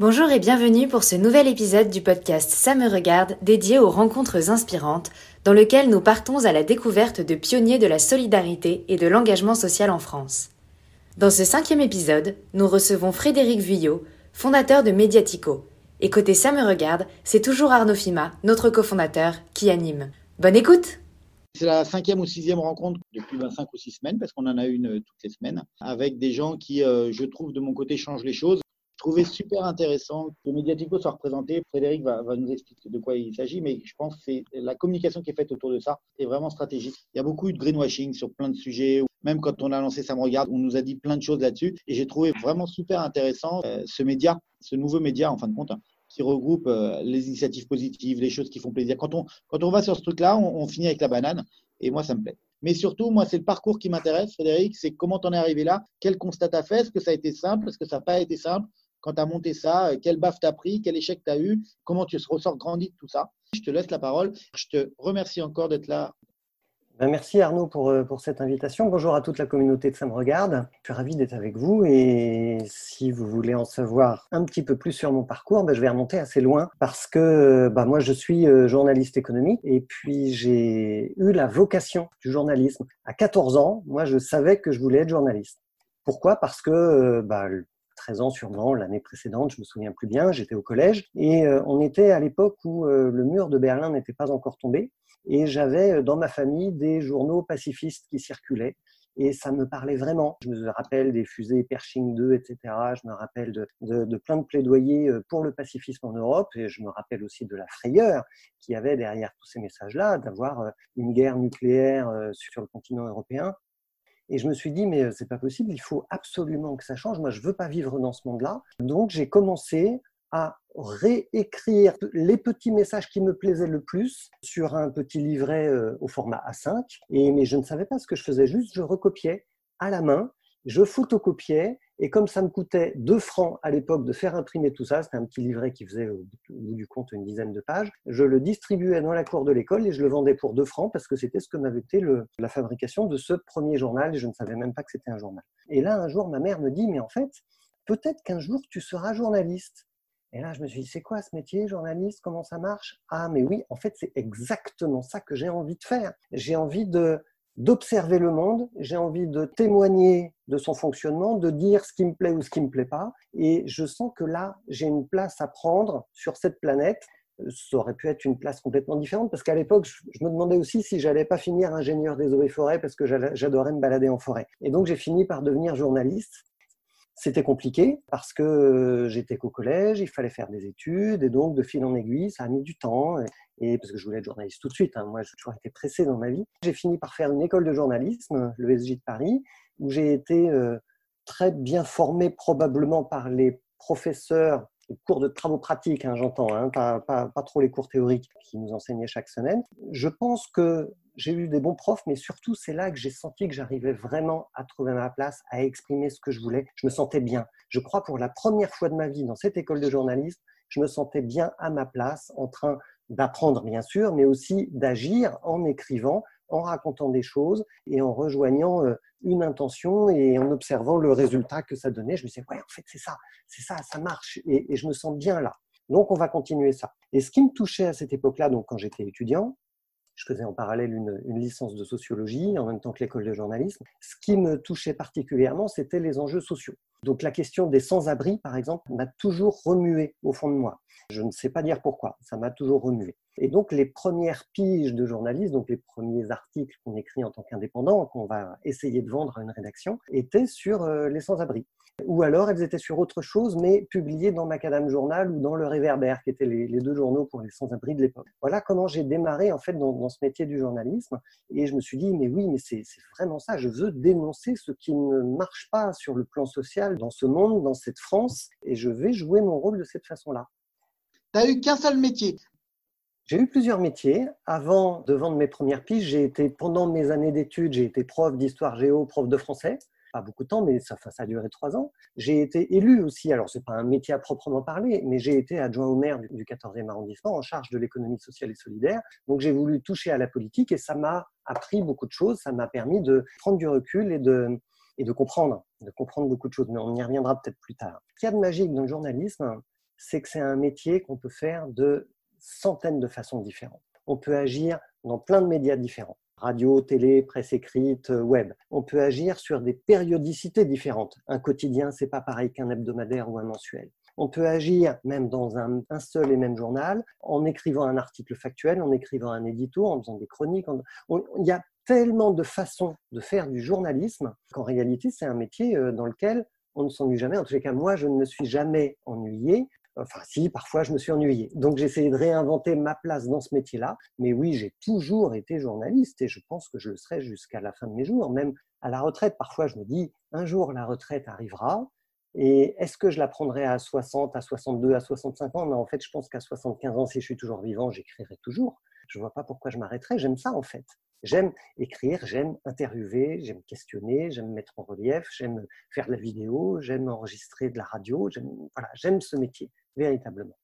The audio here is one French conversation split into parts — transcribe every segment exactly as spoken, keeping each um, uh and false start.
Bonjour et bienvenue pour ce nouvel épisode du podcast Ça me regarde dédié aux rencontres inspirantes dans lequel nous partons à la découverte de pionniers de la solidarité et de l'engagement social en France. Dans ce cinquième épisode, nous recevons Frédéric Vuillot, fondateur de Mediatico. Et côté Ça me regarde, c'est toujours Arnaud Fima, notre cofondateur, qui anime. Bonne écoute! C'est la cinquième ou sixième rencontre depuis vingt-cinq ou six semaines, parce qu'on en a une toutes les semaines, avec des gens qui, euh, je trouve, de mon côté, changent les choses. Je trouvais super intéressant que Mediatico soit représenté. Frédéric va, va nous expliquer de quoi il s'agit, mais je pense que c'est la communication qui est faite autour de ça est vraiment stratégique. Il y a beaucoup eu de greenwashing sur plein de sujets. Même quand on a lancé Ça me regarde, on nous a dit plein de choses là-dessus. Et j'ai trouvé vraiment super intéressant euh, ce média, ce nouveau média, en fin de compte, hein, qui regroupe euh, les initiatives positives, les choses qui font plaisir. Quand on, quand on va sur ce truc-là, on, on finit avec la banane. Et moi, ça me plaît. Mais surtout, moi, c'est le parcours qui m'intéresse, Frédéric. C'est comment tu en es arrivé là. Quel constat tu as fait? Est-ce que ça a été simple? Est-ce que ça n'a pas été simple? Quand tu as monté ça, quel baffe tu as pris? Quel échec tu as eu? Comment tu ressors grandi de tout ça? Je te laisse la parole. Je te remercie encore d'être là. Ben merci Arnaud pour, pour cette invitation. Bonjour à toute la communauté de Ça me regarde. Je suis ravi d'être avec vous et si vous voulez en savoir un petit peu plus sur mon parcours, ben je vais remonter assez loin parce que ben moi je suis journaliste économique et puis j'ai eu la vocation du journalisme. À quatorze ans, moi je savais que je voulais être journaliste. Pourquoi? Parce que ben, treize ans sûrement, l'année précédente, je me souviens plus bien, j'étais au collège et on était à l'époque où le mur de Berlin n'était pas encore tombé. Et j'avais dans ma famille des journaux pacifistes qui circulaient et ça me parlait vraiment. Je me rappelle des fusées Pershing deux, et cetera. Je me rappelle de, de, de plein de plaidoyers pour le pacifisme en Europe et je me rappelle aussi de la frayeur qu'il y avait derrière tous ces messages-là, d'avoir une guerre nucléaire sur le continent européen. Et je me suis dit, mais c'est pas possible, il faut absolument que ça change. Moi, je veux pas vivre dans ce monde-là. Donc, j'ai commencé à réécrire les petits messages qui me plaisaient le plus sur un petit livret au format A cinq. Et, mais je ne savais pas ce que je faisais, juste je recopiais à la main, je photocopiais, et comme ça me coûtait deux francs à l'époque de faire imprimer tout ça, c'était un petit livret qui faisait au bout du compte une dizaine de pages, je le distribuais dans la cour de l'école et je le vendais pour deux francs parce que c'était ce que m'avait été le, la fabrication de ce premier journal et je ne savais même pas que c'était un journal. Et là, un jour, ma mère me dit, mais en fait, peut-être qu'un jour tu seras journaliste. Et là, je me suis dit, c'est quoi ce métier, journaliste? Comment ça marche? Ah, mais oui, en fait, c'est exactement ça que j'ai envie de faire. J'ai envie de, d'observer le monde, j'ai envie de témoigner de son fonctionnement, de dire ce qui me plaît ou ce qui ne me plaît pas. Et je sens que là, j'ai une place à prendre sur cette planète. Ça aurait pu être une place complètement différente parce qu'à l'époque, je me demandais aussi si j'allais pas finir ingénieur des eaux et forêts parce que j'adorais me balader en forêt. Et donc, j'ai fini par devenir journaliste. C'était compliqué parce que j'étais qu'au collège, il fallait faire des études et donc de fil en aiguille, ça a mis du temps et, et parce que je voulais être journaliste tout de suite. Hein, moi, j'ai toujours été pressé dans ma vie. J'ai fini par faire une école de journalisme, le S J de Paris, où j'ai été euh, très bien formé probablement par les professeurs, les cours de travaux pratiques, hein, j'entends, hein, pas, pas, pas trop les cours théoriques qui nous enseignaient chaque semaine. Je pense que j'ai eu des bons profs, mais surtout, c'est là que j'ai senti que j'arrivais vraiment à trouver ma place, à exprimer ce que je voulais. Je me sentais bien. Je crois pour la première fois de ma vie dans cette école de journalisme, je me sentais bien à ma place, en train d'apprendre, bien sûr, mais aussi d'agir en écrivant, en racontant des choses et en rejoignant une intention et en observant le résultat que ça donnait. Je me disais, ouais, en fait, c'est ça, c'est ça, ça marche et, et je me sens bien là. Donc, on va continuer ça. Et ce qui me touchait à cette époque-là, donc quand j'étais étudiant, je faisais en parallèle une, une licence de sociologie en même temps que l'école de journalisme. Ce qui me touchait particulièrement, c'était les enjeux sociaux. Donc la question des sans-abri, par exemple, m'a toujours remué au fond de moi. Je ne sais pas dire pourquoi, ça m'a toujours remué. Et donc les premières piges de journalisme, donc les premiers articles qu'on écrit en tant qu'indépendant, qu'on va essayer de vendre à une rédaction, étaient sur euh, les sans-abri. Ou alors elles étaient sur autre chose, mais publiées dans Macadam Journal ou dans Le Réverbère, qui étaient les, les deux journaux pour les sans-abri de l'époque. Voilà comment j'ai démarré en fait dans, dans ce métier du journalisme. Et je me suis dit, mais oui, mais c'est, c'est vraiment ça. Je veux dénoncer ce qui ne marche pas sur le plan social dans ce monde, dans cette France, et je vais jouer mon rôle de cette façon-là. Tu n'as eu qu'un seul métier. J'ai eu plusieurs métiers. Avant de vendre mes premières piges, j'ai été, pendant mes années d'études, j'ai été prof d'histoire géo, prof de français. Pas beaucoup de temps, mais ça, ça a duré trois ans. J'ai été élu aussi, alors c'est pas un métier à proprement parler, mais j'ai été adjoint au maire du quatorzième arrondissement en charge de l'économie sociale et solidaire. Donc j'ai voulu toucher à la politique et ça m'a appris beaucoup de choses, ça m'a permis de prendre du recul et de, et de comprendre, de comprendre beaucoup de choses, mais on y reviendra peut-être plus tard. Ce qu'il y a de magique dans le journalisme, c'est que c'est un métier qu'on peut faire de centaines de façons différentes. On peut agir dans plein de médias différents. Radio, télé, presse écrite, web. On peut agir sur des périodicités différentes. Un quotidien, c'est pas pareil qu'un hebdomadaire ou un mensuel. On peut agir même dans un, un seul et même journal, en écrivant un article factuel, en écrivant un édito, en faisant des chroniques. En... On, il y a tellement de façons de faire du journalisme qu'en réalité, c'est un métier dans lequel on ne s'ennuie jamais. En tous les cas, moi, je ne me suis jamais ennuyé. Enfin, si, parfois, je me suis ennuyé. Donc, j'ai essayé de réinventer ma place dans ce métier-là. Mais oui, j'ai toujours été journaliste et je pense que je le serai jusqu'à la fin de mes jours. Même à la retraite, parfois, je me dis, un jour, la retraite arrivera. Et est-ce que je la prendrai à soixante, à soixante-deux, à soixante-cinq ans? Non, en fait, je pense qu'à soixante-quinze ans, si je suis toujours vivant, j'écrirai toujours. Je ne vois pas pourquoi je m'arrêterai. J'aime ça, en fait. J'aime écrire, j'aime interviewer, j'aime questionner, j'aime mettre en relief, j'aime faire de la vidéo, j'aime enregistrer de la radio. J'aime, voilà, j'aime ce métier, véritablement.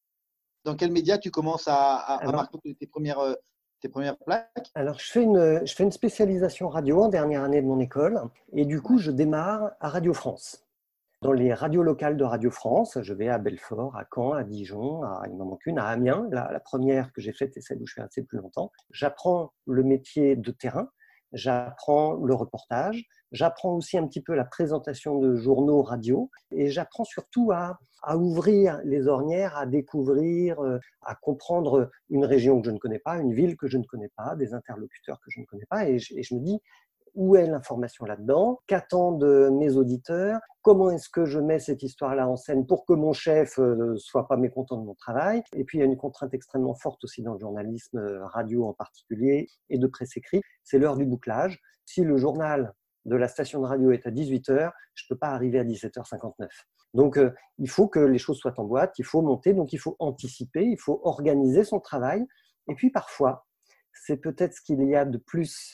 Dans quel média tu commences à, à, alors, à marquer tes premières, tes premières plaques? Alors, je fais, une, je fais une spécialisation radio en dernière année de mon école. Et du coup, je démarre à Radio France. Dans les radios locales de Radio France, je vais à Belfort, à Caen, à Dijon, à, il m'en manque une, à Amiens, la, la première que j'ai faite et celle où je suis resté le plus longtemps. J'apprends le métier de terrain, j'apprends le reportage, j'apprends aussi un petit peu la présentation de journaux radio et j'apprends surtout à, à ouvrir les ornières, à découvrir, à comprendre une région que je ne connais pas, une ville que je ne connais pas, des interlocuteurs que je ne connais pas et je, et je me dis, où est l'information là-dedans? Qu'attendent mes auditeurs? Comment est-ce que je mets cette histoire-là en scène pour que mon chef ne soit pas mécontent de mon travail? Et puis, il y a une contrainte extrêmement forte aussi dans le journalisme, radio en particulier, et de presse écrite, c'est l'heure du bouclage. Si le journal de la station de radio est à dix-huit heures, je ne peux pas arriver à dix-sept heures cinquante-neuf. Donc, euh, il faut que les choses soient en boîte, il faut monter, donc il faut anticiper, il faut organiser son travail. Et puis, parfois, c'est peut-être ce qu'il y a de plus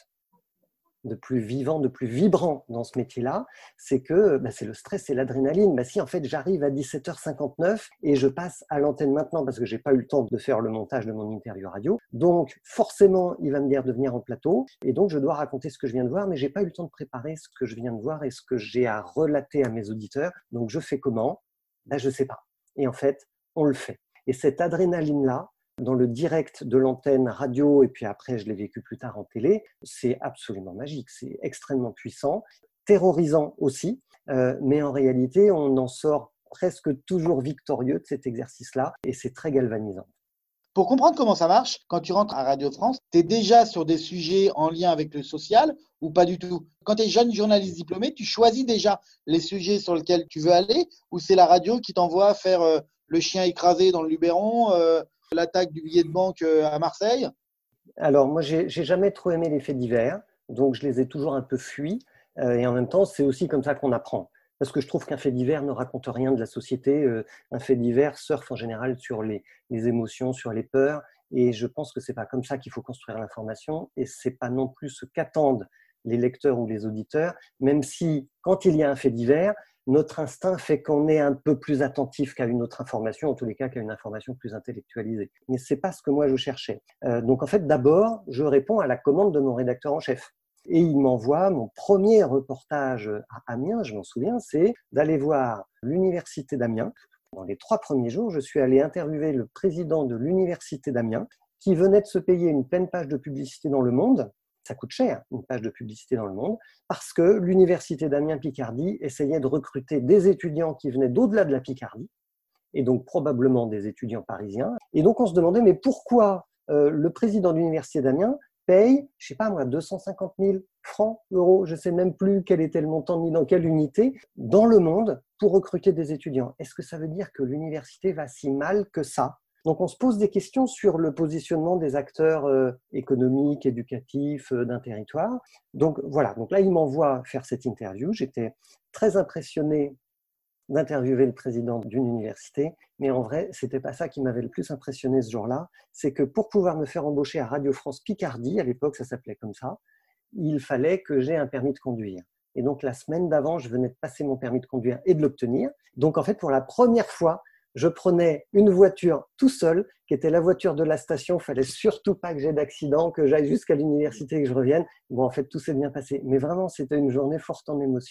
de plus vivant, de plus vibrant dans ce métier-là, c'est que bah, c'est le stress et l'adrénaline. Bah, si en fait j'arrive à dix-sept heures cinquante-neuf et je passe à l'antenne maintenant parce que j'ai pas eu le temps de faire le montage de mon interview radio, donc forcément il va me dire de venir en plateau et donc je dois raconter ce que je viens de voir, mais j'ai pas eu le temps de préparer ce que je viens de voir et ce que j'ai à relater à mes auditeurs. Donc je fais comment? Bah, je sais pas. Et en fait, on le fait. Et cette adrénaline-là, dans le direct de l'antenne radio, et puis après je l'ai vécu plus tard en télé, c'est absolument magique, c'est extrêmement puissant, terrorisant aussi, euh, mais en réalité on en sort presque toujours victorieux de cet exercice-là, et c'est très galvanisant. Pour comprendre comment ça marche, quand tu rentres à Radio France, tu es déjà sur des sujets en lien avec le social ou pas du tout? Quand tu es jeune journaliste diplômé, tu choisis déjà les sujets sur lesquels tu veux aller, ou c'est la radio qui t'envoie faire euh, le chien écrasé dans le Luberon, euh, l'attaque du billet de banque à Marseille? Alors, moi, j'ai, j'ai jamais trop aimé les faits divers, donc je les ai toujours un peu fuis. Euh, et en même temps, c'est aussi comme ça qu'on apprend. Parce que je trouve qu'un fait divers ne raconte rien de la société. Euh, un fait divers surfe en général sur les, les émotions, sur les peurs. Et je pense que c'est pas comme ça qu'il faut construire l'information. Et c'est pas non plus ce qu'attendent les lecteurs ou les auditeurs, même si, quand il y a un fait divers, notre instinct fait qu'on est un peu plus attentif qu'à une autre information, en tous les cas qu'à une information plus intellectualisée. Mais c'est pas ce que moi je cherchais. Euh, donc en fait, d'abord, je réponds à la commande de mon rédacteur en chef. Et il m'envoie mon premier reportage à Amiens, je m'en souviens, c'est d'aller voir l'université d'Amiens. Dans les trois premiers jours, je suis allé interviewer le président de l'université d'Amiens, qui venait de se payer une pleine page de publicité dans Le Monde. Ça coûte cher, une page de publicité dans Le Monde, parce que l'université d'Amiens-Picardie essayait de recruter des étudiants qui venaient d'au-delà de la Picardie, et donc probablement des étudiants parisiens. Et donc on se demandait, mais pourquoi euh, le président de l'université d'Amiens paye, je sais pas moi, deux cent cinquante mille francs, euros, je sais même plus quel était le montant ni dans quelle unité, dans Le Monde pour recruter des étudiants? Est-ce que ça veut dire que l'université va si mal que ça? Donc, on se pose des questions sur le positionnement des acteurs euh, économiques, éducatifs euh, d'un territoire. Donc, voilà. Donc là, il m'envoie faire cette interview. J'étais très impressionné d'interviewer le président d'une université, mais en vrai, c'était pas ça qui m'avait le plus impressionné ce jour-là. C'est que pour pouvoir me faire embaucher à Radio France Picardie, à l'époque, ça s'appelait comme ça, il fallait que j'aie un permis de conduire. Et donc, la semaine d'avant, je venais de passer mon permis de conduire et de l'obtenir. Donc, en fait, pour la première fois, je prenais une voiture tout seul, qui était la voiture de la station. Il ne fallait surtout pas que j'aie d'accident, que j'aille jusqu'à l'université et que je revienne. Bon, en fait, tout s'est bien passé. Mais vraiment, c'était une journée forte en émotions.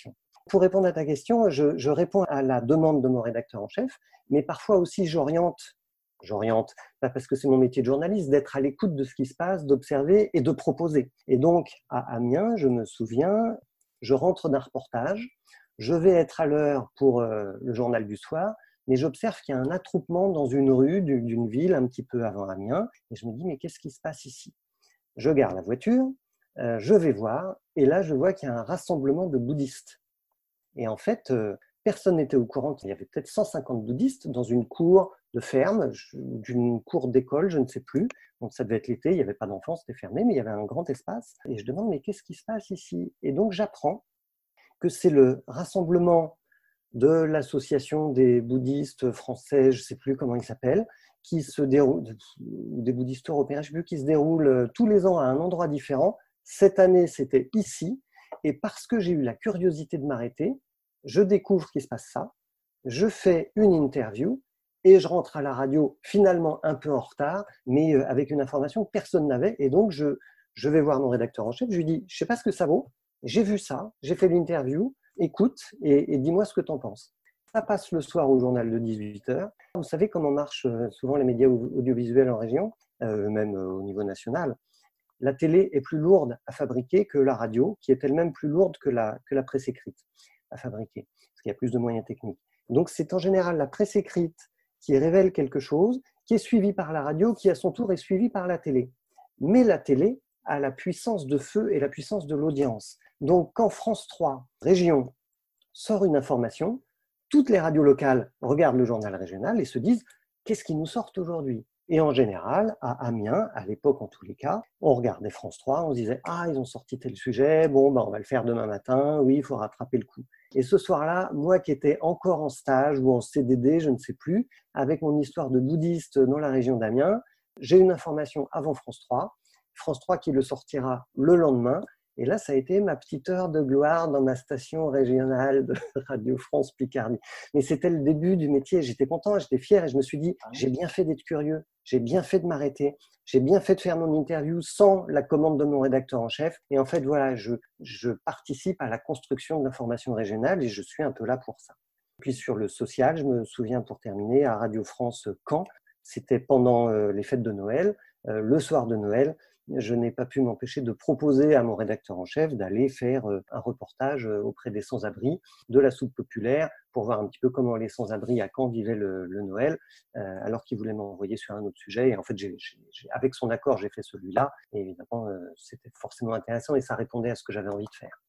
Pour répondre à ta question, je, je réponds à la demande de mon rédacteur en chef, mais parfois aussi j'oriente, j'oriente, pas parce que c'est mon métier de journaliste, d'être à l'écoute de ce qui se passe, d'observer et de proposer. Et donc, à Amiens, je me souviens, je rentre d'un reportage, je vais être à l'heure pour euh, le journal du soir, mais j'observe qu'il y a un attroupement dans une rue d'une ville un petit peu avant Amiens, et je me dis, mais qu'est-ce qui se passe ici? Je garde la voiture, euh, je vais voir, et là, je vois qu'il y a un rassemblement de bouddhistes. Et en fait, euh, personne n'était au courant qu'il y avait peut-être cent cinquante bouddhistes dans une cour de ferme, d'une cour d'école, je ne sais plus. Donc ça devait être l'été, il n'y avait pas d'enfants, c'était fermé, mais il y avait un grand espace. Et je demande, mais qu'est-ce qui se passe ici? Et donc j'apprends que c'est le rassemblement de l'association des bouddhistes français, je ne sais plus comment il s'appelle, qui se déroule, ou des bouddhistes européens, je ne sais plus, qui se déroule tous les ans à un endroit différent. Cette année, c'était ici. Et parce que j'ai eu la curiosité de m'arrêter, je découvre qu'il se passe ça, je fais une interview et je rentre à la radio finalement un peu en retard, mais avec une information que personne n'avait. Et donc, je, je vais voir mon rédacteur en chef, je lui dis, je ne sais pas ce que ça vaut, j'ai vu ça, j'ai fait l'interview, écoute et, et dis-moi ce que tu en penses. Ça passe le soir au journal de dix-huit heures. Vous savez comment marchent souvent les médias audiovisuels en région, euh, même au niveau national. La télé est plus lourde à fabriquer que la radio, qui est elle-même plus lourde que la, que la presse écrite à fabriquer, parce qu'il y a plus de moyens techniques. Donc c'est en général la presse écrite qui révèle quelque chose, qui est suivie par la radio, qui à son tour est suivie par la télé. Mais la télé a la puissance de feu et la puissance de l'audience. Donc quand France trois, région, sort une information, toutes les radios locales regardent le journal régional et se disent « qu'est-ce qu'ils nous sortent aujourd'hui ?» Et en général, à Amiens, à l'époque en tous les cas, on regardait France trois, on se disait « ah, ils ont sorti tel sujet, bon, bah, on va le faire demain matin, oui, il faut rattraper le coup ». Et ce soir-là, moi qui étais encore en stage ou en C D D, je ne sais plus, avec mon histoire de bouddhiste dans la région d'Amiens, j'ai une information avant France trois, France trois qui le sortira le lendemain. Et là, ça a été ma petite heure de gloire dans ma station régionale de Radio France Picardie. Mais c'était le début du métier. J'étais content, j'étais fier et je me suis dit, j'ai bien fait d'être curieux, j'ai bien fait de m'arrêter, j'ai bien fait de faire mon interview sans la commande de mon rédacteur en chef. Et en fait, voilà, je, je participe à la construction de l'information régionale et je suis un peu là pour ça. Puis sur le social, je me souviens pour terminer, à Radio France Caen, c'était pendant les fêtes de Noël, le soir de Noël, je n'ai pas pu m'empêcher de proposer à mon rédacteur en chef d'aller faire un reportage auprès des sans-abri de la soupe populaire pour voir un petit peu comment les sans-abri à Caen vivaient le, le Noël, euh, alors qu'il voulait m'envoyer sur un autre sujet. Et en fait, j'ai, j'ai, avec son accord, j'ai fait celui-là. Et évidemment, euh, c'était forcément intéressant et ça répondait à ce que j'avais envie de faire.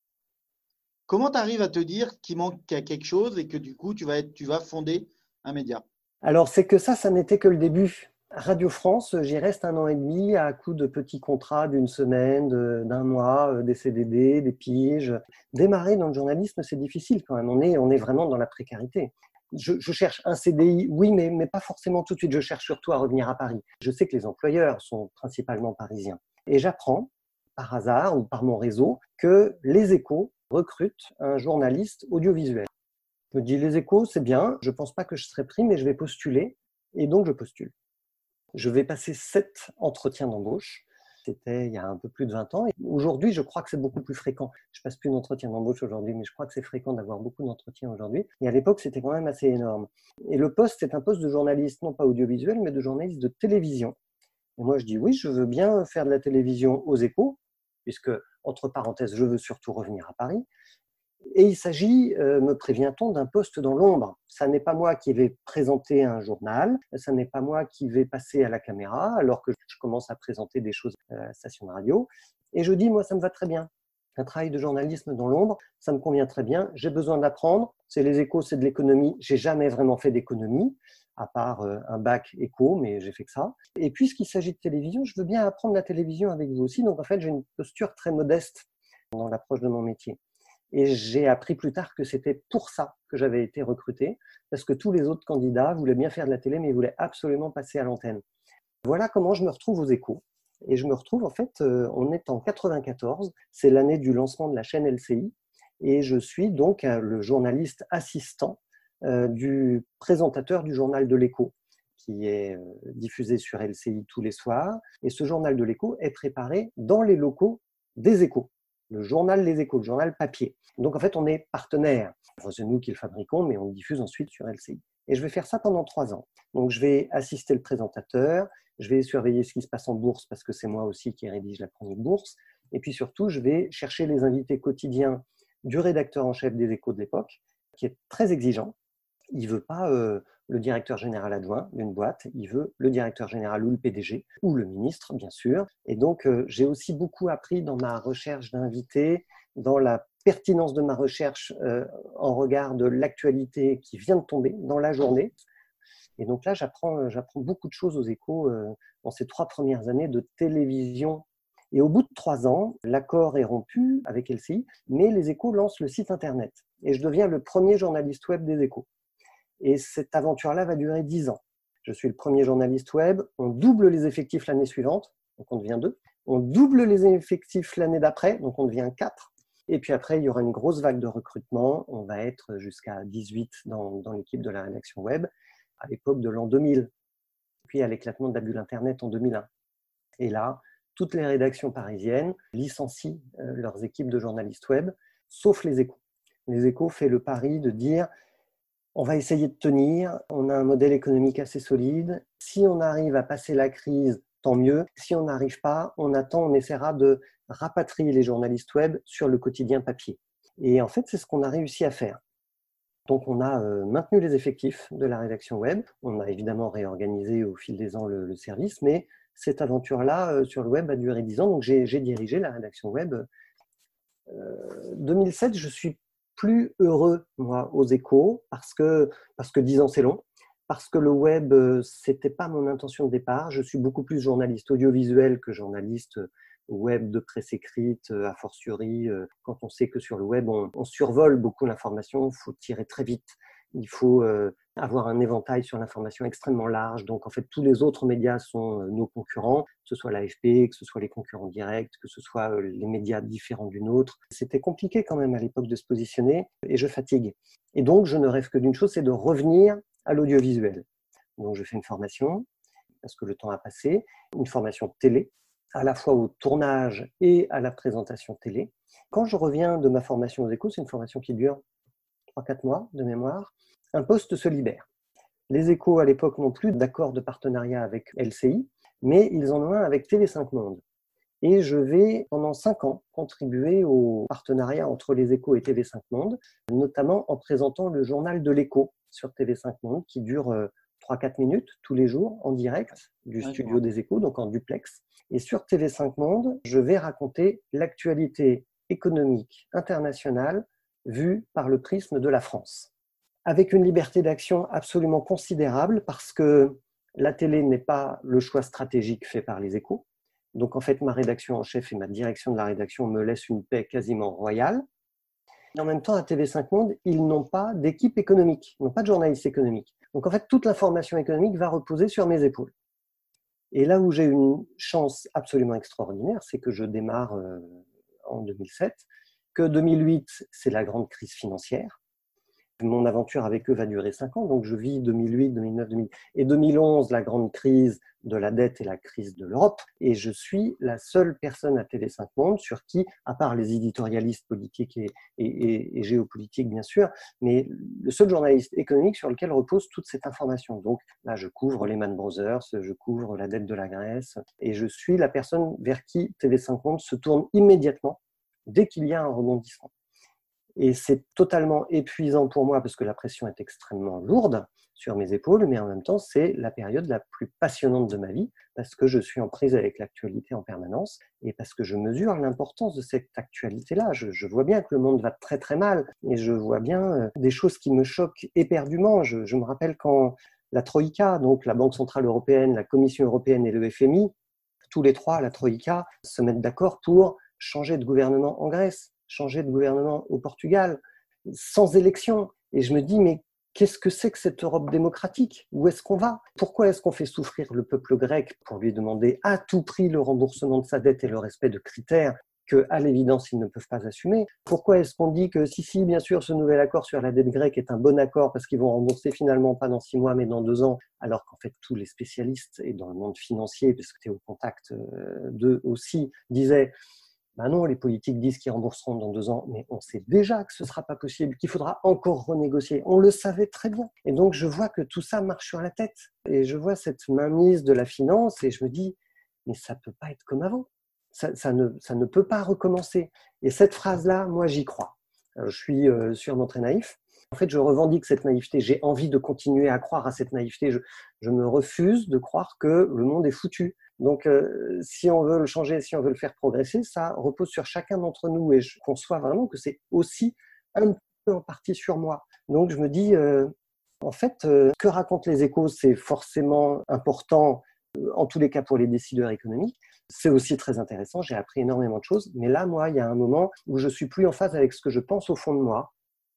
Comment tu arrives à te dire qu'il manque quelque chose et que du coup, tu vas, être, tu vas fonder un média? Alors, c'est que ça, ça n'était que le début. Radio France, j'y reste un an et demi à coup de petits contrats d'une semaine, de, d'un mois, des C D D, des piges. Démarrer dans le journalisme, c'est difficile quand même. On est, on est vraiment dans la précarité. Je, je cherche un C D I, oui, mais, mais pas forcément tout de suite. Je cherche surtout à revenir à Paris. Je sais que les employeurs sont principalement parisiens. Et j'apprends, par hasard ou par mon réseau, que Les Échos recrutent un journaliste audiovisuel. Je me dis, Les Échos, c'est bien. Je ne pense pas que je serai pris, mais je vais postuler. Et donc, je postule. Je vais passer sept entretiens d'embauche. C'était il y a un peu plus de vingt ans. Et aujourd'hui, je crois que c'est beaucoup plus fréquent. Je passe plus d'entretiens d'embauche aujourd'hui, mais je crois que c'est fréquent d'avoir beaucoup d'entretiens aujourd'hui. Et à l'époque, c'était quand même assez énorme. Et le poste, c'est un poste de journaliste, non pas audiovisuel, mais de journaliste de télévision. Et moi, je dis oui, je veux bien faire de la télévision aux Échos, puisque, entre parenthèses, je veux surtout revenir à Paris. Et il s'agit, euh, me prévient-on, d'un poste dans l'ombre. Ça n'est pas moi qui vais présenter un journal, ça n'est pas moi qui vais passer à la caméra, alors que je commence à présenter des choses à la station de radio. Et je dis, moi, ça me va très bien. Un travail de journalisme dans l'ombre, ça me convient très bien. J'ai besoin d'apprendre. C'est Les Échos, c'est de l'économie. J'ai jamais vraiment fait d'économie, à part euh, un bac éco, mais j'ai fait que ça. Et puisqu'il s'agit de télévision, je veux bien apprendre la télévision avec vous aussi. Donc, en fait, j'ai une posture très modeste dans l'approche de mon métier. Et j'ai appris plus tard que c'était pour ça que j'avais été recruté, parce que tous les autres candidats voulaient bien faire de la télé, mais ils voulaient absolument passer à l'antenne. Voilà comment je me retrouve aux Échos. Et je me retrouve, en fait, euh, on est en quatre-vingt-quatorze, c'est l'année du lancement de la chaîne L C I, et je suis donc euh, le journaliste assistant euh, du présentateur du journal de l'Écho, qui est euh, diffusé sur L C I tous les soirs. Et ce journal de l'Écho est préparé dans les locaux des Échos. le journal Les Échos, le journal papier. Donc en fait, on est partenaire. Enfin, c'est nous qui le fabriquons, mais on le diffuse ensuite sur L C I. Et je vais faire ça pendant trois ans. Donc je vais assister le présentateur, je vais surveiller ce qui se passe en bourse parce que c'est moi aussi qui rédige la chronique bourse. Et puis surtout, je vais chercher les invités quotidiens du rédacteur en chef des Échos de l'époque, qui est très exigeant. Il ne veut pas euh, le directeur général adjoint d'une boîte, il veut le directeur général ou le P D G, ou le ministre, bien sûr. Et donc, euh, j'ai aussi beaucoup appris dans ma recherche d'invités, dans la pertinence de ma recherche euh, en regard de l'actualité qui vient de tomber dans la journée. Et donc là, j'apprends, j'apprends beaucoup de choses aux Échos euh, dans ces trois premières années de télévision. Et au bout de trois ans, l'accord est rompu avec L C I, mais les Échos lancent le site Internet. Et je deviens le premier journaliste web des Échos. Et cette aventure-là va durer dix ans. Je suis le premier journaliste web. On double les effectifs l'année suivante, donc on devient deux. On double les effectifs l'année d'après, donc on devient quatre. Et puis après, il y aura une grosse vague de recrutement. On va être jusqu'à dix-huit dans, dans l'équipe de la rédaction web à l'époque de l'an deux mille, puis à l'éclatement de la bulle Internet en deux mille un. Et là, toutes les rédactions parisiennes licencient euh, leurs équipes de journalistes web, sauf les Échos. Les Échos fait le pari de dire on va essayer de tenir, on a un modèle économique assez solide. Si on arrive à passer la crise, tant mieux. Si on n'arrive pas, on attend, on essaiera de rapatrier les journalistes web sur le quotidien papier. Et en fait, c'est ce qu'on a réussi à faire. Donc, on a euh, maintenu les effectifs de la rédaction web. On a évidemment réorganisé au fil des ans le, le service, mais cette aventure-là euh, sur le web a duré dix ans. Donc, j'ai, j'ai dirigé la rédaction web. Euh, deux mille sept, je suis plus heureux, moi, aux Échos, parce que, parce que dix ans, c'est long, parce que le web, c'était pas mon intention de départ. Je suis beaucoup plus journaliste audiovisuel que journaliste web de presse écrite, a fortiori, quand on sait que sur le web, on, on survole beaucoup l'information, il faut tirer très vite. Il faut euh, avoir un éventail sur l'information extrêmement large. Donc, en fait, tous les autres médias sont euh, nos concurrents, que ce soit l'A F P, que ce soit les concurrents directs, que ce soit euh, les médias différents du nôtre. C'était compliqué quand même à l'époque de se positionner et je fatigue. Et donc, je ne rêve que d'une chose, c'est de revenir à l'audiovisuel. Donc, je fais une formation, parce que le temps a passé, une formation télé, à la fois au tournage et à la présentation télé. Quand je reviens de ma formation aux Échos, c'est une formation qui dure trois quatre mois de mémoire, un poste se libère. Les Échos, à l'époque, n'ont plus d'accord de partenariat avec L C I, mais ils en ont un avec T V cinq Monde. Et je vais, pendant cinq ans, contribuer au partenariat entre les Échos et T V cinq Monde, notamment en présentant le journal de l'Écho sur T V cinq Monde, qui dure trois quatre minutes tous les jours, en direct, du studio des Échos, donc en duplex. Et sur T V cinq Monde, je vais raconter l'actualité économique internationale vue par le prisme de la France, avec une liberté d'action absolument considérable parce que la télé n'est pas le choix stratégique fait par les Échos. Donc en fait, ma rédaction en chef et ma direction de la rédaction me laissent une paix quasiment royale. Et en même temps, à T V cinq Monde, ils n'ont pas d'équipe économique, ils n'ont pas de journaliste économique. Donc en fait, toute l'information économique va reposer sur mes épaules. Et là où j'ai une chance absolument extraordinaire, c'est que je démarre euh, en deux mille sept, que deux mille huit, c'est la grande crise financière. Mon aventure avec eux va durer cinq ans, donc je vis deux mille huit, deux mille neuf, deux mille et deux mille onze, la grande crise de la dette et la crise de l'Europe. Et je suis la seule personne à T V cinq Monde sur qui, à part les éditorialistes politiques et, et, et, et géopolitiques bien sûr, mais le seul journaliste économique sur lequel repose toute cette information. Donc là, je couvre Lehman Brothers, je couvre la dette de la Grèce, et je suis la personne vers qui T V cinq Monde se tourne immédiatement dès qu'il y a un rebondissement. Et c'est totalement épuisant pour moi parce que la pression est extrêmement lourde sur mes épaules, mais en même temps, c'est la période la plus passionnante de ma vie parce que je suis en prise avec l'actualité en permanence et parce que je mesure l'importance de cette actualité-là. Je, je vois bien que le monde va très très mal et je vois bien des choses qui me choquent éperdument. Je, je me rappelle quand la Troïka, donc la Banque Centrale Européenne, la Commission Européenne et le F M I, tous les trois, la Troïka, se mettent d'accord pour changer de gouvernement en Grèce, changer de gouvernement au Portugal, sans élection. Et je me dis, mais qu'est-ce que c'est que cette Europe démocratique? Où est-ce qu'on va? Pourquoi est-ce qu'on fait souffrir le peuple grec pour lui demander à tout prix le remboursement de sa dette et le respect de critères qu'à l'évidence, ils ne peuvent pas assumer? Pourquoi est-ce qu'on dit que si, si, bien sûr, ce nouvel accord sur la dette grecque est un bon accord parce qu'ils vont rembourser finalement pas dans six mois, mais dans deux ans, alors qu'en fait, tous les spécialistes, et dans le monde financier, parce que tu es au contact d'eux aussi, disaient Ben non, les politiques disent qu'ils rembourseront dans deux ans, mais on sait déjà que ce ne sera pas possible, qu'il faudra encore renégocier. On le savait très bien. Et donc, je vois que tout ça marche sur la tête. Et je vois cette mainmise de la finance et je me dis, mais ça ne peut pas être comme avant. Ça, ça, ne, ça ne peut pas recommencer. Et cette phrase-là, moi, j'y crois. Alors, je suis euh, sûrement très naïf. En fait, je revendique cette naïveté. J'ai envie de continuer à croire à cette naïveté. Je, je me refuse de croire que le monde est foutu. Donc, euh, si on veut le changer, si on veut le faire progresser, ça repose sur chacun d'entre nous. Et je conçois vraiment que c'est aussi un peu en partie sur moi. Donc, je me dis, euh, en fait, euh, que racontent les échos, c'est forcément important, euh, en tous les cas pour les décideurs économiques. C'est aussi très intéressant, j'ai appris énormément de choses. Mais là, moi, il y a un moment où je suis plus en phase avec ce que je pense au fond de moi.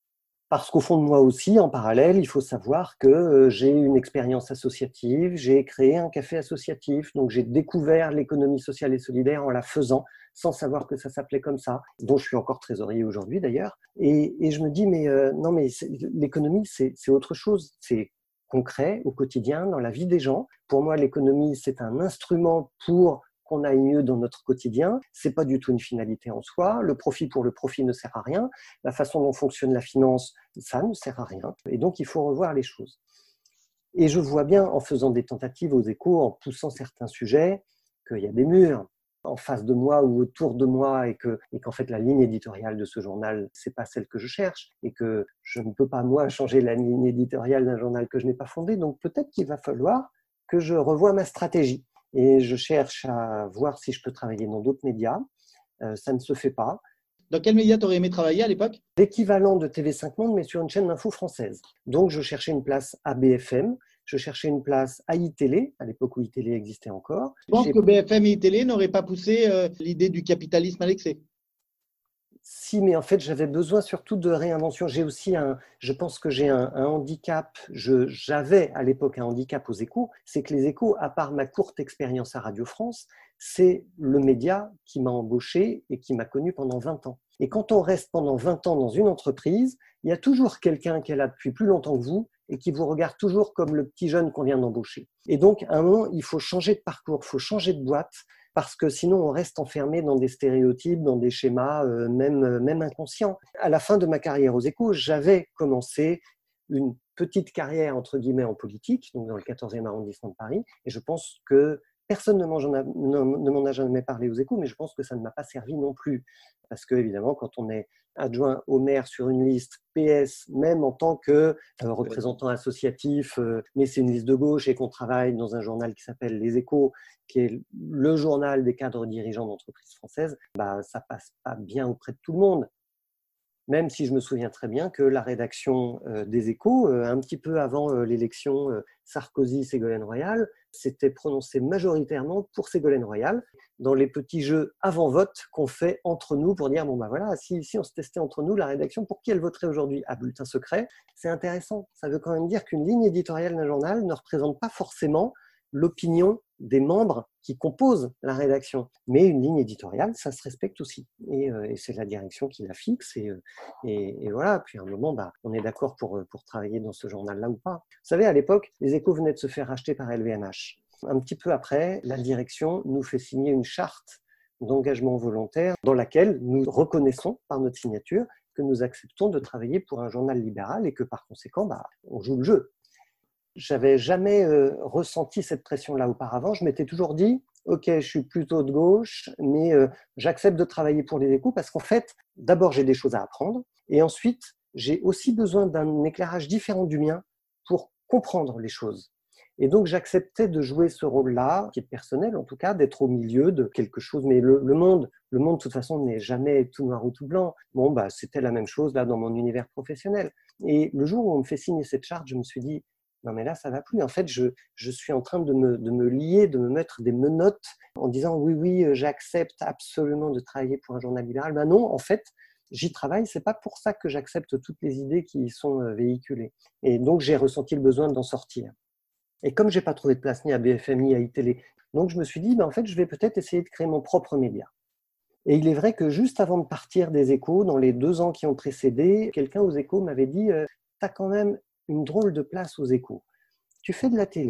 Parce qu'au fond de moi aussi, en parallèle, il faut savoir que j'ai une expérience associative, j'ai créé un café associatif, donc j'ai découvert l'économie sociale et solidaire en la faisant, sans savoir que ça s'appelait comme ça, dont je suis encore trésorier aujourd'hui d'ailleurs. Et, et je me dis, mais euh, non, mais l'économie, c'est, c'est autre chose, c'est concret au quotidien, dans la vie des gens. Pour moi, l'économie, c'est un instrument pour qu'on aille mieux dans notre quotidien. C'est pas du tout une finalité en soi. Le profit pour le profit ne sert à rien. La façon dont fonctionne la finance, ça ne sert à rien. Et donc, il faut revoir les choses. Et je vois bien, en faisant des tentatives aux échos, en poussant certains sujets, qu'il y a des murs en face de moi ou autour de moi et, que, et qu'en fait, la ligne éditoriale de ce journal, c'est pas celle que je cherche et que je ne peux pas, moi, changer la ligne éditoriale d'un journal que je n'ai pas fondé. Donc, peut-être qu'il va falloir que je revoie ma stratégie. Et je cherche à voir si je peux travailler dans d'autres médias. Euh, ça ne se fait pas. Dans quel média tu aurais aimé travailler à l'époque ? L'équivalent de T V cinq Monde, mais sur une chaîne d'info française. Donc, je cherchais une place à B F M, je cherchais une place à iTélé, à l'époque où iTélé existait encore. Je pense J'ai... que B F M et iTélé n'auraient pas poussé euh, l'idée du capitalisme à l'excès. Si, mais en fait, j'avais besoin surtout de réinvention. J'ai aussi un, je pense que j'ai un, un handicap. Je, j'avais à l'époque un handicap aux échos. C'est que les échos, à part ma courte expérience à Radio France, c'est le média qui m'a embauché et qui m'a connu pendant vingt ans. Et quand on reste pendant vingt ans dans une entreprise, il y a toujours quelqu'un qui est là depuis plus longtemps que vous et qui vous regarde toujours comme le petit jeune qu'on vient d'embaucher. Et donc, à un moment, il faut changer de parcours, il faut changer de boîte, parce que sinon on reste enfermé dans des stéréotypes, dans des schémas, euh, même, même inconscients. À la fin de ma carrière aux échos, j'avais commencé une petite carrière, entre guillemets, en politique, donc dans le quatorzième arrondissement de Paris, et je pense que personne ne m'en a, ne m'en a jamais parlé aux échos, mais je pense que ça ne m'a pas servi non plus. Parce que, évidemment, quand on est adjoint au maire sur une liste P S, même en tant que euh, représentant associatif, euh, mais c'est une liste de gauche et qu'on travaille dans un journal qui s'appelle Les Échos, qui est le journal des cadres dirigeants d'entreprises françaises, bah, ça passe pas bien auprès de tout le monde. Même si je me souviens très bien que la rédaction euh, des Échos, euh, un petit peu avant euh, l'élection euh, Sarkozy-Ségolène Royal, s'était prononcée majoritairement pour Ségolène Royal dans les petits jeux avant-vote qu'on fait entre nous pour dire, bon ben voilà, si, si on se testait entre nous, la rédaction, pour qui elle voterait aujourd'hui ? À bulletin secret, c'est intéressant. Ça veut quand même dire qu'une ligne éditoriale d'un journal ne représente pas forcément l'opinion des membres qui composent la rédaction. Mais une ligne éditoriale, ça se respecte aussi. Et, euh, et c'est la direction qui la fixe. Et, euh, et, et voilà, puis à un moment, bah, on est d'accord pour, pour travailler dans ce journal-là ou pas. Vous savez, à l'époque, les Échos venaient de se faire racheter par L V M H. Un petit peu après, la direction nous fait signer une charte d'engagement volontaire dans laquelle nous reconnaissons par notre signature que nous acceptons de travailler pour un journal libéral et que par conséquent, bah, on joue le jeu. J'avais jamais euh, ressenti cette pression-là auparavant. Je m'étais toujours dit, ok, je suis plutôt de gauche, mais euh, j'accepte de travailler pour les Échos parce qu'en fait, d'abord, j'ai des choses à apprendre et ensuite, j'ai aussi besoin d'un éclairage différent du mien pour comprendre les choses. Et donc, j'acceptais de jouer ce rôle-là, qui est personnel en tout cas, d'être au milieu de quelque chose. Mais le, le monde, le monde de toute façon, n'est jamais tout noir ou tout blanc. Bon, bah, c'était la même chose là dans mon univers professionnel. Et le jour où on me fait signer cette charte, je me suis dit, non mais là, ça va plus. En fait, je, je suis en train de me, de me lier, de me mettre des menottes en disant oui, oui, j'accepte absolument de travailler pour un journal libéral. Ben non, en fait, j'y travaille. C'est pas pour ça que j'accepte toutes les idées qui y sont véhiculées. Et donc, j'ai ressenti le besoin d'en sortir. Et comme j'ai pas trouvé de place ni à B F M ni à iTélé, donc je me suis dit, ben en fait, je vais peut-être essayer de créer mon propre média. Et il est vrai que juste avant de partir des Échos, dans les deux ans qui ont précédé, quelqu'un aux Échos m'avait dit, euh, t'as quand même une drôle de place aux Échos. Tu fais de la télé.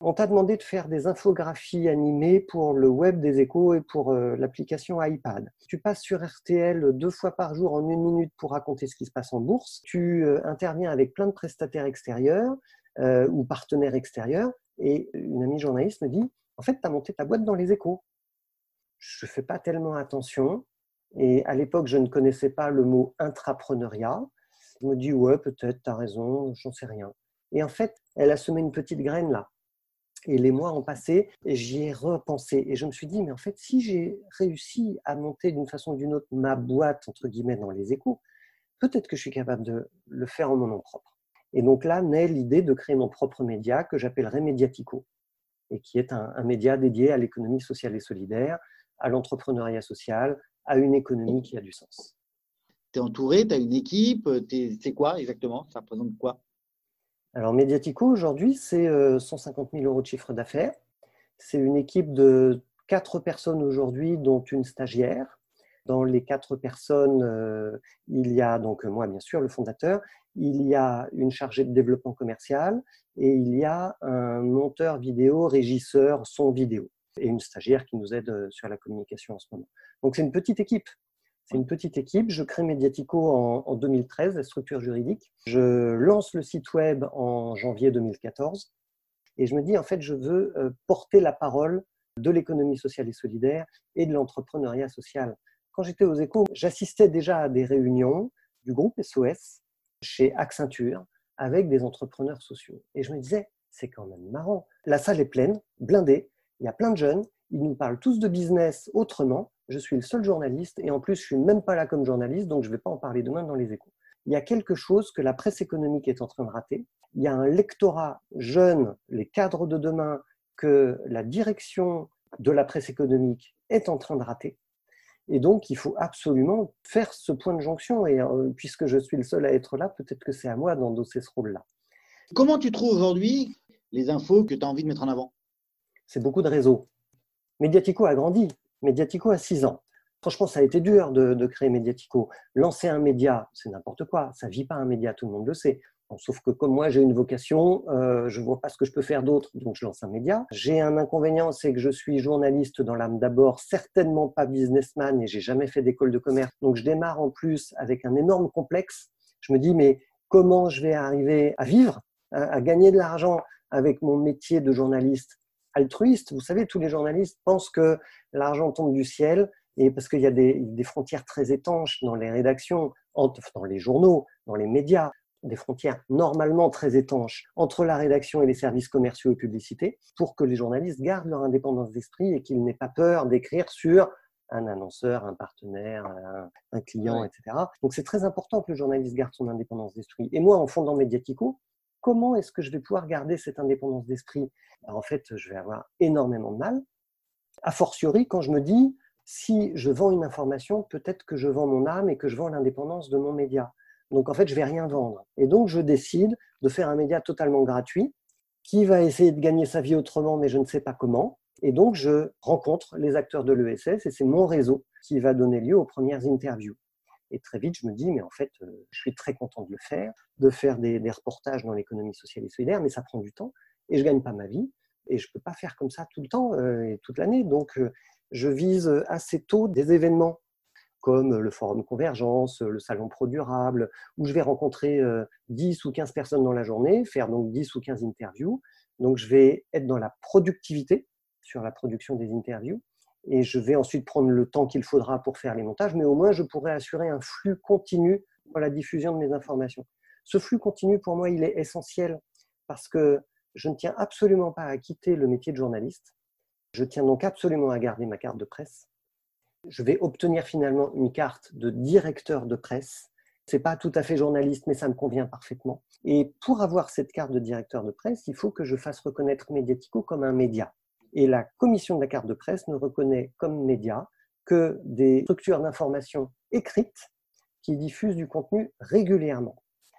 On t'a demandé de faire des infographies animées pour le web des Échos et pour euh, l'application iPad. Tu passes sur R T L deux fois par jour en une minute pour raconter ce qui se passe en bourse. Tu euh, interviens avec plein de prestataires extérieurs euh, ou partenaires extérieurs. Et une amie journaliste me dit, en fait, tu as monté ta boîte dans les Échos. Je ne fais pas tellement attention. Et à l'époque, je ne connaissais pas le mot intrapreneuriat. Je me dis, ouais, peut-être, tu as raison, j'en sais rien. Et en fait, elle a semé une petite graine là. Et les mois ont passé et j'y ai repensé. Et je me suis dit, mais en fait, si j'ai réussi à monter d'une façon ou d'une autre ma boîte, entre guillemets, dans les Échos, peut-être que je suis capable de le faire en mon nom propre. Et donc là naît l'idée de créer mon propre média que j'appellerai Mediatico, et qui est un, un média dédié à l'économie sociale et solidaire, à l'entrepreneuriat social, à une économie qui a du sens. Tu es entouré, tu as une équipe, c'est quoi exactement? Ça représente quoi? Alors, Mediatico, aujourd'hui, c'est cent cinquante mille euros de chiffre d'affaires. C'est une équipe de quatre personnes aujourd'hui, dont une stagiaire. Dans les quatre personnes, euh, il y a donc moi, bien sûr, le fondateur, il y a une chargée de développement commercial et il y a un monteur vidéo, régisseur son vidéo et une stagiaire qui nous aide sur la communication en ce moment. Donc, c'est une petite équipe. C'est une petite équipe. Je crée Mediatico en, en deux mille treize, la structure juridique. Je lance le site web en janvier deux mille quatorze. Et je me dis, en fait, je veux porter la parole de l'économie sociale et solidaire et de l'entrepreneuriat social. Quand j'étais aux Échos, j'assistais déjà à des réunions du groupe S O S chez Accenture avec des entrepreneurs sociaux. Et je me disais, c'est quand même marrant. La salle est pleine, blindée. Il y a plein de jeunes. Ils nous parlent tous de business autrement. Je suis le seul journaliste et en plus, je ne suis même pas là comme journaliste, donc je ne vais pas en parler demain dans les Échos. Il y a quelque chose que la presse économique est en train de rater. Il y a un lectorat jeune, les cadres de demain, que la direction de la presse économique est en train de rater. Et donc, il faut absolument faire ce point de jonction. Et euh, puisque je suis le seul à être là, peut-être que c'est à moi d'endosser ce rôle-là. Comment tu trouves aujourd'hui les infos que tu as envie de mettre en avant? C'est beaucoup de réseaux. Mediatico a grandi. Mediatico a six ans. Franchement, ça a été dur de, de créer Mediatico. Lancer un média, c'est n'importe quoi. Ça ne vit pas un média, tout le monde le sait. Bon, sauf que comme moi, j'ai une vocation, euh, je ne vois pas ce que je peux faire d'autre, donc je lance un média. J'ai un inconvénient, c'est que je suis journaliste dans l'âme d'abord, certainement pas businessman et j'ai jamais fait d'école de commerce. Donc je démarre en plus avec un énorme complexe. Je me dis, mais comment je vais arriver à vivre, à, à gagner de l'argent avec mon métier de journaliste altruiste? Vous savez, tous les journalistes pensent que l'argent tombe du ciel et parce qu'il y a des, des frontières très étanches dans les rédactions, dans les journaux, dans les médias, des frontières normalement très étanches entre la rédaction et les services commerciaux et publicités pour que les journalistes gardent leur indépendance d'esprit et qu'ils n'aient pas peur d'écrire sur un annonceur, un partenaire, un, un client, ouais. et cetera. Donc, c'est très important que le journaliste garde son indépendance d'esprit. Et moi, en fondant Mediatico, comment est-ce que je vais pouvoir garder cette indépendance d'esprit? En fait, je vais avoir énormément de mal. A fortiori, quand je me dis, si je vends une information, peut-être que je vends mon âme et que je vends l'indépendance de mon média. Donc, en fait, je ne vais rien vendre. Et donc, je décide de faire un média totalement gratuit qui va essayer de gagner sa vie autrement, mais je ne sais pas comment. Et donc, je rencontre les acteurs de l'E S S et c'est mon réseau qui va donner lieu aux premières interviews. Et très vite, je me dis, mais en fait, euh, je suis très content de le faire, de faire des, des reportages dans l'économie sociale et solidaire, mais ça prend du temps et je ne gagne pas ma vie. Et je ne peux pas faire comme ça tout le temps euh, et toute l'année. Donc, euh, je vise assez tôt des événements comme le Forum Convergence, le Salon Pro Durable, où je vais rencontrer euh, dix ou quinze personnes dans la journée, faire donc dix ou quinze interviews. Donc, je vais être dans la productivité sur la production des interviews. Et je vais ensuite prendre le temps qu'il faudra pour faire les montages, mais au moins, je pourrai assurer un flux continu dans la diffusion de mes informations. Ce flux continu, pour moi, il est essentiel parce que je ne tiens absolument pas à quitter le métier de journaliste. Je tiens donc absolument à garder ma carte de presse. Je vais obtenir finalement une carte de directeur de presse. Ce n'est pas tout à fait journaliste, mais ça me convient parfaitement. Et pour avoir cette carte de directeur de presse, il faut que je fasse reconnaître Mediatico comme un média. Et la commission de la carte de presse ne reconnaît comme média que des structures d'information écrites qui diffusent du contenu régulièrement.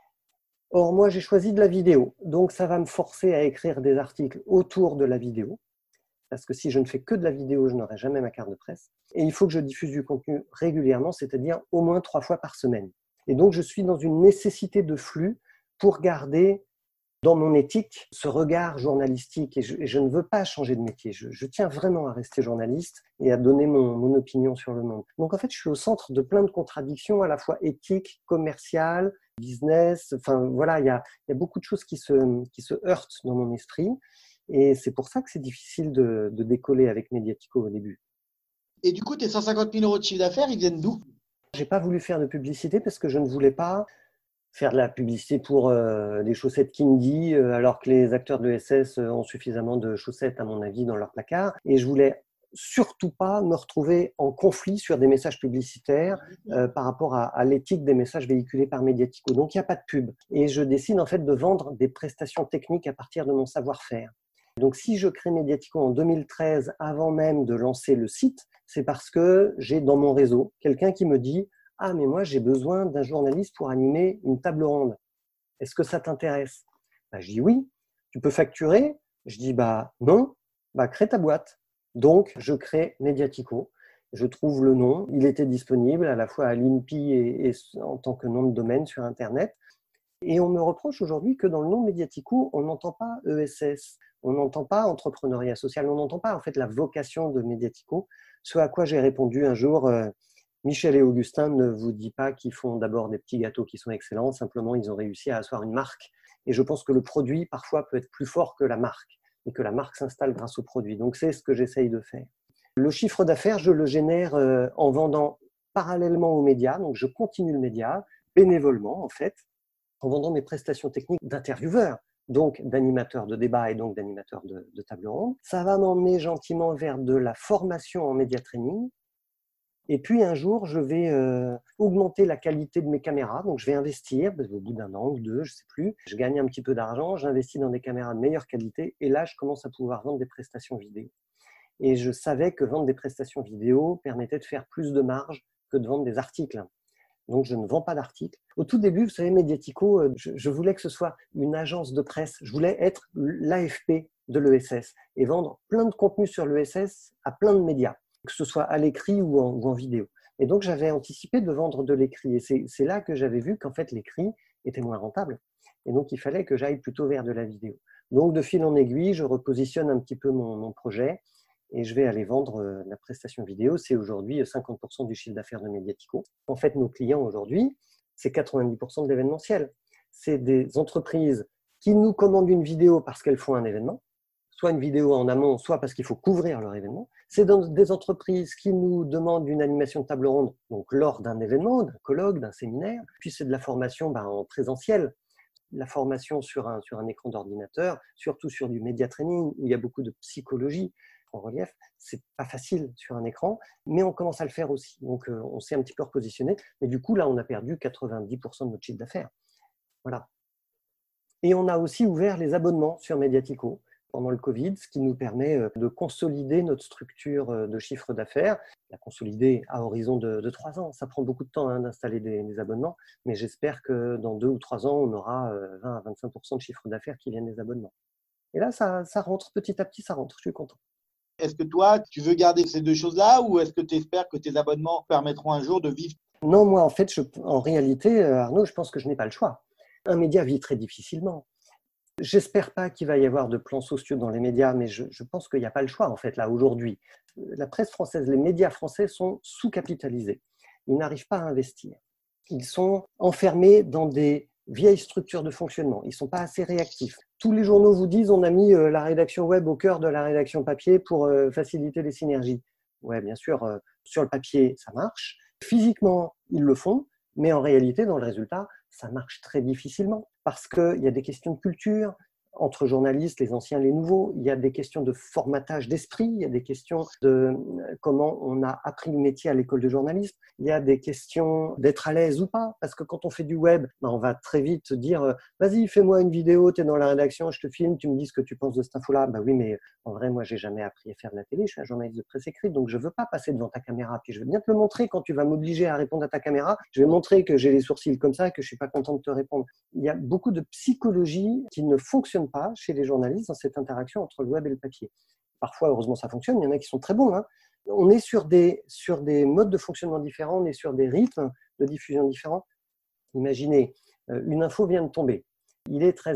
Or, moi, j'ai choisi de la vidéo, donc ça va me forcer à écrire des articles autour de la vidéo, parce que si je ne fais que de la vidéo, je n'aurai jamais ma carte de presse. Et il faut que je diffuse du contenu régulièrement, c'est-à-dire au moins trois fois par semaine. Et donc, je suis dans une nécessité de flux pour garder dans mon éthique ce regard journalistique et je, et je ne veux pas changer de métier. Je, je tiens vraiment à rester journaliste et à donner mon, mon opinion sur le monde. Donc en fait, je suis au centre de plein de contradictions à la fois éthiques, commerciales, business. Enfin voilà, il y a, il y a beaucoup de choses qui se, qui se heurtent dans mon esprit et c'est pour ça que c'est difficile de, de décoller avec Mediatico au début. Et du coup, tes cent cinquante mille euros de chiffre d'affaires, ils viennent d'où? J'ai pas voulu faire de publicité parce que je ne voulais pas faire de la publicité pour euh, des chaussettes Kindy, euh, alors que les acteurs de l'E S S ont suffisamment de chaussettes, à mon avis, dans leur placard. Et je voulais surtout pas me retrouver en conflit sur des messages publicitaires euh, par rapport à, à l'éthique des messages véhiculés par Mediatico. Donc, il n'y a pas de pub. Et je décide en fait de vendre des prestations techniques à partir de mon savoir-faire. Donc, si je crée Mediatico en deux mille treize, avant même de lancer le site, c'est parce que j'ai dans mon réseau quelqu'un qui me dit « Ah, mais moi, j'ai besoin d'un journaliste pour animer une table ronde. Est-ce que ça t'intéresse ?» bah, je dis « Oui. » Tu peux facturer? Je dis bah, « Non. » Bah, crée ta boîte. Donc, je crée Mediatico. Je trouve le nom. Il était disponible à la fois à l'I N P I et, et en tant que nom de domaine sur Internet. Et on me reproche aujourd'hui que dans le nom Mediatico, on n'entend pas E S S, on n'entend pas entrepreneuriat social, on n'entend pas en fait la vocation de Mediatico. Ce à quoi j'ai répondu un jour, euh, Michel et Augustin ne vous dit pas qu'ils font d'abord des petits gâteaux qui sont excellents, simplement ils ont réussi à asseoir une marque. Et je pense que le produit parfois peut être plus fort que la marque et que la marque s'installe grâce au produit. Donc c'est ce que j'essaye de faire. Le chiffre d'affaires, je le génère euh, en vendant parallèlement aux médias, donc je continue le média bénévolement en fait, en vendant mes prestations techniques d'intervieweur, donc d'animateur de débat et donc d'animateur de, de table ronde. Ça va m'emmener gentiment vers de la formation en média training. Et puis un jour, je vais euh, augmenter la qualité de mes caméras. Donc je vais investir, au bout d'un an ou deux, je ne sais plus. Je gagne un petit peu d'argent, j'investis dans des caméras de meilleure qualité. Et là, je commence à pouvoir vendre des prestations vidéo. Et je savais que vendre des prestations vidéo permettait de faire plus de marge que de vendre des articles. Donc, je ne vends pas d'articles. Au tout début, vous savez, Mediatico, je, je voulais que ce soit une agence de presse. Je voulais être l'A F P de l'E S S et vendre plein de contenu sur l'E S S à plein de médias, que ce soit à l'écrit ou en, ou en vidéo. Et donc, j'avais anticipé de vendre de l'écrit. Et c'est, c'est là que j'avais vu qu'en fait, l'écrit était moins rentable. Et donc, il fallait que j'aille plutôt vers de la vidéo. Donc, de fil en aiguille, je repositionne un petit peu mon, mon projet. Et je vais aller vendre la prestation vidéo. C'est aujourd'hui cinquante pour cent du chiffre d'affaires de Mediatico. En fait, nos clients aujourd'hui, c'est quatre-vingt-dix pour cent de l'événementiel. C'est des entreprises qui nous commandent une vidéo parce qu'elles font un événement, soit une vidéo en amont, soit parce qu'il faut couvrir leur événement. C'est des entreprises qui nous demandent une animation de table ronde, donc lors d'un événement, d'un colloque, d'un séminaire. Puis c'est de la formation ben, en présentiel. La formation sur un, sur un écran d'ordinateur, surtout sur du média training, où il y a beaucoup de psychologie en relief, c'est pas facile sur un écran, mais on commence à le faire aussi. Donc, euh, on s'est un petit peu repositionné, mais du coup, là, on a perdu quatre-vingt-dix pour cent de notre chiffre d'affaires. Voilà. Et on a aussi ouvert les abonnements sur Mediatico pendant le Covid, ce qui nous permet de consolider notre structure de chiffre d'affaires, la consolider à horizon de, de trois ans. Ça prend beaucoup de temps hein, d'installer des, des abonnements, mais j'espère que dans deux ou trois ans, on aura vingt à vingt-cinq pour cent de chiffre d'affaires qui viennent des abonnements. Et là, ça, ça rentre petit à petit, ça rentre. Je suis content. Est-ce que toi, tu veux garder ces deux choses-là ou est-ce que tu espères que tes abonnements permettront un jour de vivre? Non, moi, en fait, je, en réalité, Arnaud, je pense que je n'ai pas le choix. Un média vit très difficilement. J'espère pas qu'il va y avoir de plans sociaux dans les médias, mais je, je pense qu'il n'y a pas le choix, en fait, là, aujourd'hui. La presse française, les médias français sont sous-capitalisés. Ils n'arrivent pas à investir. Ils sont enfermés dans des vieilles structures de fonctionnement. Ils ne sont pas assez réactifs. Tous les journaux vous disent on a mis la rédaction web au cœur de la rédaction papier pour faciliter les synergies. Ouais, bien sûr, sur le papier, ça marche. Physiquement, ils le font, mais en réalité, dans le résultat, ça marche très difficilement parce qu'il y a des questions de culture entre journalistes, les anciens, les nouveaux. Il y a des questions de formatage d'esprit, il y a des questions de comment on a appris le métier à l'école de journalisme. Il y a des questions d'être à l'aise ou pas, parce que quand on fait du web, ben on va très vite dire « Vas-y, fais-moi une vidéo, tu es dans la rédaction, je te filme, tu me dis ce que tu penses de cette info-là. » Ben oui, mais en vrai, moi, j'ai jamais appris à faire de la télé, je suis un journaliste de presse écrite, donc je veux pas passer devant ta caméra. Puis je veux bien te le montrer quand tu vas m'obliger à répondre à ta caméra. Je vais montrer que j'ai les sourcils comme ça et que je suis pas content de te répondre. Il y a beaucoup de psychologie qui ne fonctionne pas chez les journalistes dans cette interaction entre le web et le papier. Parfois, heureusement, ça fonctionne. Il y en a qui sont très bons. Hein. On est sur des, sur des modes de fonctionnement différents, on est sur des rythmes de diffusion différents. Imaginez, une info vient de tomber. Il est treize heures.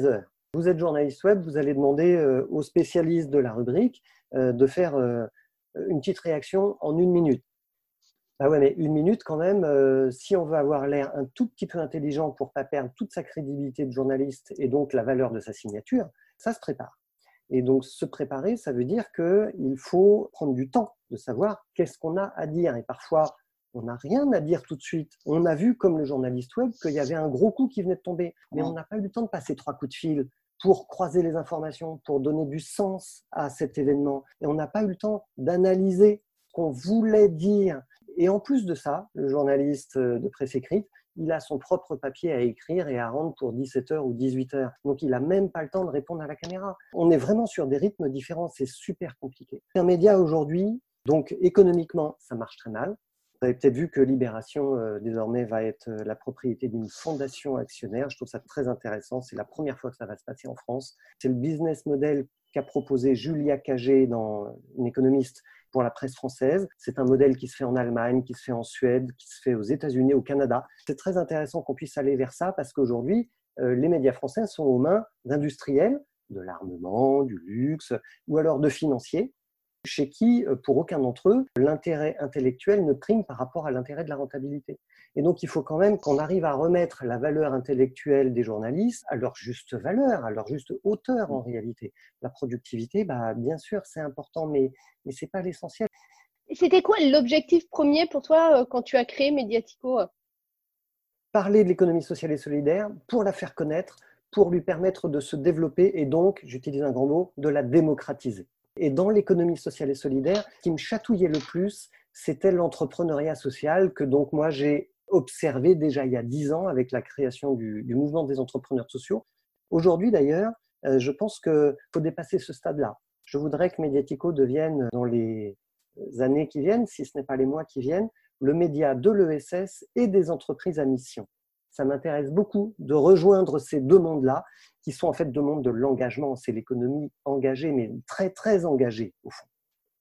Vous êtes journaliste web, vous allez demander euh, aux spécialistes de la rubrique euh, de faire euh, une petite réaction en une minute. Ah ouais, mais une minute quand même, euh, si on veut avoir l'air un tout petit peu intelligent pour ne pas perdre toute sa crédibilité de journaliste et donc la valeur de sa signature, ça se prépare. Et donc se préparer, ça veut dire qu'il faut prendre du temps de savoir qu'est-ce qu'on a à dire. Et parfois, on n'a rien à dire tout de suite. On a vu, comme le journaliste web, qu'il y avait un gros coup qui venait de tomber. Mais on n'a pas eu le temps de passer trois coups de fil pour croiser les informations, pour donner du sens à cet événement. Et on n'a pas eu le temps d'analyser ce qu'on voulait dire. Et en plus de ça, le journaliste de presse écrite, il a son propre papier à écrire et à rendre pour dix-sept heures ou dix-huit heures. Donc, il n'a même pas le temps de répondre à la caméra. On est vraiment sur des rythmes différents. C'est super compliqué. Un média aujourd'hui, donc économiquement, ça marche très mal. Vous avez peut-être vu que Libération, euh, désormais, va être la propriété d'une fondation actionnaire. Je trouve ça très intéressant. C'est la première fois que ça va se passer en France. C'est le business model qu'a proposé Julia Cagé, dans, une économiste, pour la presse française. C'est un modèle qui se fait en Allemagne, qui se fait en Suède, qui se fait aux États-Unis, au Canada. C'est très intéressant qu'on puisse aller vers ça parce qu'aujourd'hui, euh, les médias français sont aux mains d'industriels, de l'armement, du luxe ou alors de financiers, chez qui, pour aucun d'entre eux, l'intérêt intellectuel ne prime par rapport à l'intérêt de la rentabilité. Et donc, il faut quand même qu'on arrive à remettre la valeur intellectuelle des journalistes à leur juste valeur, à leur juste hauteur en réalité. La productivité, bah, bien sûr, c'est important, mais, mais ce n'est pas l'essentiel. C'était quoi l'objectif premier pour toi quand tu as créé Mediatico ? Parler de l'économie sociale et solidaire pour la faire connaître, pour lui permettre de se développer et donc, j'utilise un grand mot, de la démocratiser. Et dans l'économie sociale et solidaire, ce qui me chatouillait le plus, c'était l'entrepreneuriat social que donc moi j'ai observé déjà il y a dix ans avec la création du, du mouvement des entrepreneurs sociaux. Aujourd'hui d'ailleurs, euh, je pense qu'il faut dépasser ce stade-là. Je voudrais que Mediatico devienne dans les années qui viennent, si ce n'est pas les mois qui viennent, le média de l'E S S et des entreprises à mission. Ça m'intéresse beaucoup de rejoindre ces deux mondes-là, qui sont en fait deux mondes de l'engagement. C'est l'économie engagée, mais très, très engagée, au fond.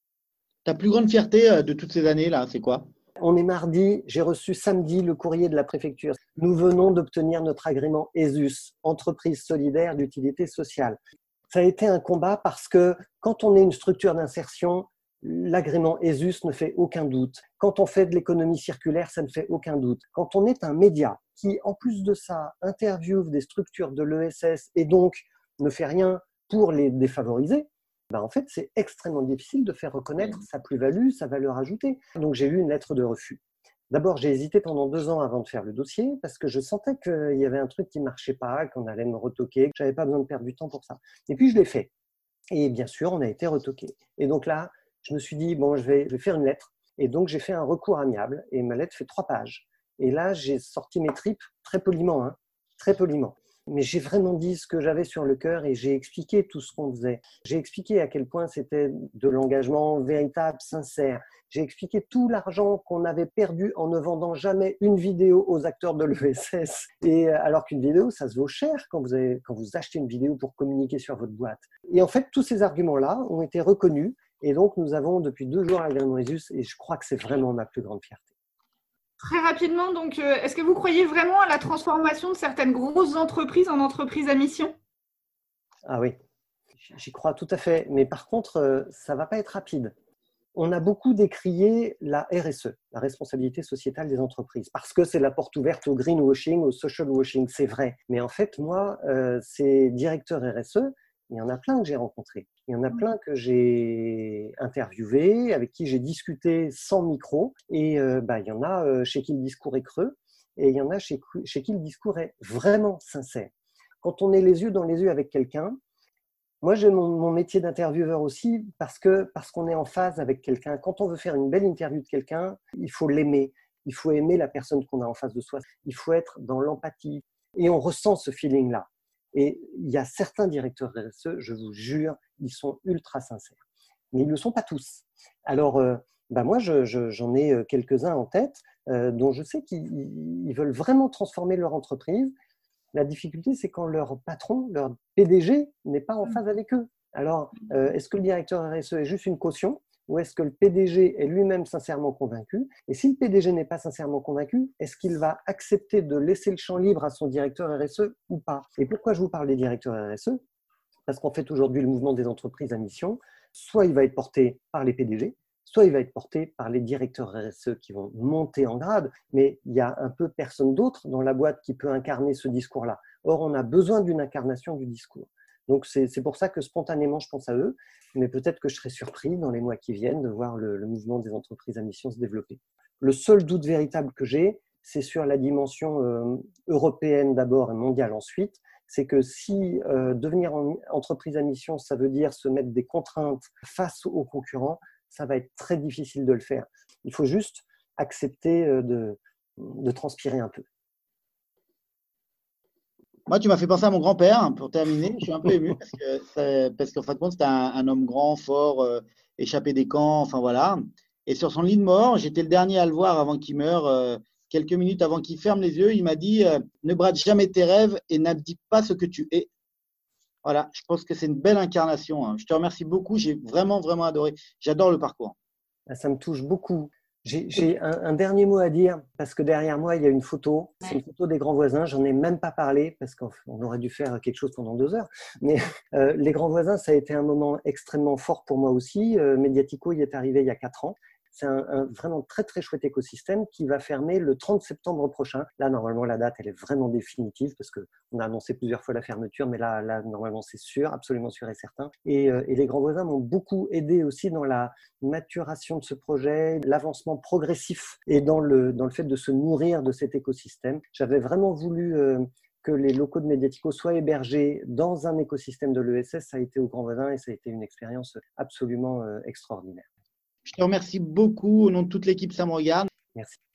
Ta plus grande fierté de toutes ces années-là, c'est quoi ? On est mardi, j'ai reçu samedi le courrier de la préfecture. Nous venons d'obtenir notre agrément E S U S, entreprise solidaire d'utilité sociale. Ça a été un combat parce que quand on est une structure d'insertion, l'agrément E S U S ne fait aucun doute. Quand on fait de l'économie circulaire, ça ne fait aucun doute. Quand on est un média qui, en plus de ça, interviewe des structures de l'E S S et donc ne fait rien pour les défavoriser, ben en fait, c'est extrêmement difficile de faire reconnaître sa plus-value, sa valeur ajoutée. Donc, j'ai eu une lettre de refus. D'abord, j'ai hésité pendant deux ans avant de faire le dossier parce que je sentais qu'il y avait un truc qui ne marchait pas, qu'on allait me retoquer, que je n'avais pas besoin de perdre du temps pour ça. Et puis, je l'ai fait. Et bien sûr, on a été retoqué. Et donc là, je me suis dit, bon, je vais, je vais faire une lettre. Et donc, j'ai fait un recours amiable et ma lettre fait trois pages. Et là, j'ai sorti mes tripes très poliment, hein, très poliment. Mais j'ai vraiment dit ce que j'avais sur le cœur et j'ai expliqué tout ce qu'on faisait. J'ai expliqué à quel point c'était de l'engagement véritable, sincère. J'ai expliqué tout l'argent qu'on avait perdu en ne vendant jamais une vidéo aux acteurs de l'E S S. Et alors qu'une vidéo, ça se vaut cher quand vous, avez, quand vous achetez une vidéo pour communiquer sur votre boîte. Et en fait, tous ces arguments-là ont été reconnus. Et donc, nous avons depuis deux jours l'agrément E S U S et je crois que c'est vraiment ma plus grande fierté. Très rapidement, donc, euh, est-ce que vous croyez vraiment à la transformation de certaines grosses entreprises en entreprises à mission ? Ah oui, j'y crois tout à fait. Mais par contre, ça ne va pas être rapide. On a beaucoup décrié la R S E, la responsabilité sociétale des entreprises, parce que c'est la porte ouverte au greenwashing, au social washing, c'est vrai. Mais en fait, moi, euh, ces directeurs R S E, il y en a plein que j'ai rencontrés. Il y en a plein que j'ai interviewés, avec qui j'ai discuté sans micro. Et euh, bah, il y en a euh, chez qui le discours est creux, et il y en a chez, chez qui le discours est vraiment sincère. Quand on est les yeux dans les yeux avec quelqu'un, moi j'ai mon, mon métier d'intervieweur aussi parce, que, parce qu'on est en phase avec quelqu'un. Quand on veut faire une belle interview de quelqu'un, il faut l'aimer. Il faut aimer la personne qu'on a en face de soi. Il faut être dans l'empathie. Et on ressent ce feeling-là. Et il y a certains directeurs R S E, je vous jure, ils sont ultra sincères. Mais ils ne le sont pas tous. Alors, euh, bah moi, je, je, j'en ai quelques-uns en tête euh, dont je sais qu'ils veulent vraiment transformer leur entreprise. La difficulté, c'est quand leur patron, leur P D G, n'est pas en phase avec eux. Alors, euh, est-ce que le directeur R S E est juste une caution ou est-ce que le P D G est lui-même sincèrement convaincu? Et si le P D G n'est pas sincèrement convaincu, est-ce qu'il va accepter de laisser le champ libre à son directeur R S E ou pas? Et pourquoi je vous parle des directeurs R S E? Parce qu'en fait, aujourd'hui, le mouvement des entreprises à mission, soit il va être porté par les P D G, soit il va être porté par les directeurs R S E qui vont monter en grade, mais il y a un peu personne d'autre dans la boîte qui peut incarner ce discours-là. Or, on a besoin d'une incarnation du discours. Donc, c'est pour ça que spontanément, je pense à eux, mais peut-être que je serai surpris dans les mois qui viennent de voir le, le mouvement des entreprises à mission se développer. Le seul doute véritable que j'ai, c'est sur la dimension euh, européenne d'abord et mondiale ensuite. C'est que si euh, devenir en, entreprise à mission, ça veut dire se mettre des contraintes face aux concurrents, ça va être très difficile de le faire. Il faut juste accepter de, de transpirer un peu. Moi, tu m'as fait penser à mon grand-père, pour terminer. Je suis un peu ému parce que parce qu'en fin de compte, c'était un, un homme grand, fort, euh, échappé des camps, enfin voilà. Et sur son lit de mort, j'étais le dernier à le voir avant qu'il meure. Euh, quelques minutes avant qu'il ferme les yeux, il m'a dit euh, « Ne brade jamais tes rêves et n'abdique pas ce que tu es ». Voilà, je pense que c'est une belle incarnation. Hein. Je te remercie beaucoup, j'ai vraiment, vraiment adoré. J'adore le parcours. Ça me touche beaucoup. J'ai un, un dernier mot à dire, parce que derrière moi, il y a une photo. C'est une photo des grands voisins. J'en ai même pas parlé, parce qu'on aurait dû faire quelque chose pendant deux heures. Mais euh, les grands voisins, ça a été un moment extrêmement fort pour moi aussi. Euh, Mediatico y est arrivé il y a quatre ans. C'est un, un vraiment très, très chouette écosystème qui va fermer le trente septembre prochain. Là, normalement, la date, elle est vraiment définitive parce qu'on a annoncé plusieurs fois la fermeture, mais là, là normalement, c'est sûr, absolument sûr et certain. Et, euh, et les grands voisins m'ont beaucoup aidé aussi dans la maturation de ce projet, l'avancement progressif et dans le, dans le fait de se nourrir de cet écosystème. J'avais vraiment voulu euh, que les locaux de Mediatico soient hébergés dans un écosystème de l'E S S. Ça a été aux grands voisins et ça a été une expérience absolument euh, extraordinaire. Je te remercie beaucoup au nom de toute l'équipe Ça me regarde. Merci.